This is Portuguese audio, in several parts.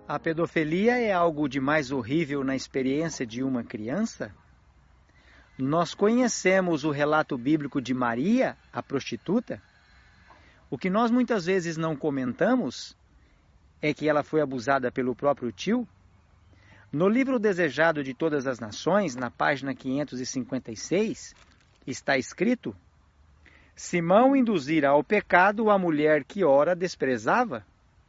A pedofilia é algo de mais horrível na experiência de uma criança? Nós conhecemos o relato bíblico de Maria, a prostituta. O que nós muitas vezes não comentamos é que ela foi abusada pelo próprio tio. No livro Desejado de Todas as Nações, na página 556, está escrito: Simão induzira ao pecado a mulher que ora desprezava.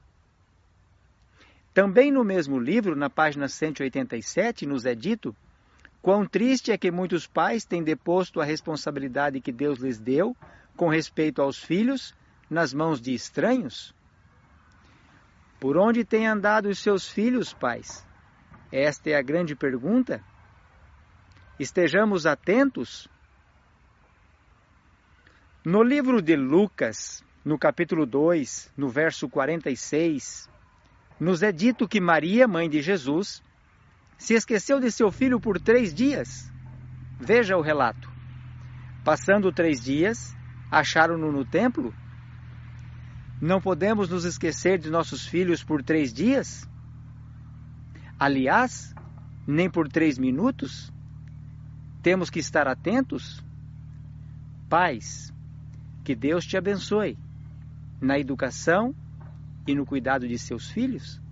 Também no mesmo livro, na página 187, nos é dito: quão triste é que muitos pais têm deposto a responsabilidade que Deus lhes deu com respeito aos filhos nas mãos de estranhos. Por onde têm andado os seus filhos, pais? Esta é a grande pergunta. Estejamos atentos. No livro de Lucas, no capítulo 2, no verso 46, nos é dito que Maria, mãe de Jesus, se esqueceu de seu filho por 3 dias. Veja o relato. Passando 3 dias, acharam-no no templo. Não podemos nos esquecer de nossos filhos por 3 dias? Aliás, nem por 3 minutos? Temos que estar atentos? Pais, que Deus te abençoe na educação e no cuidado de seus filhos.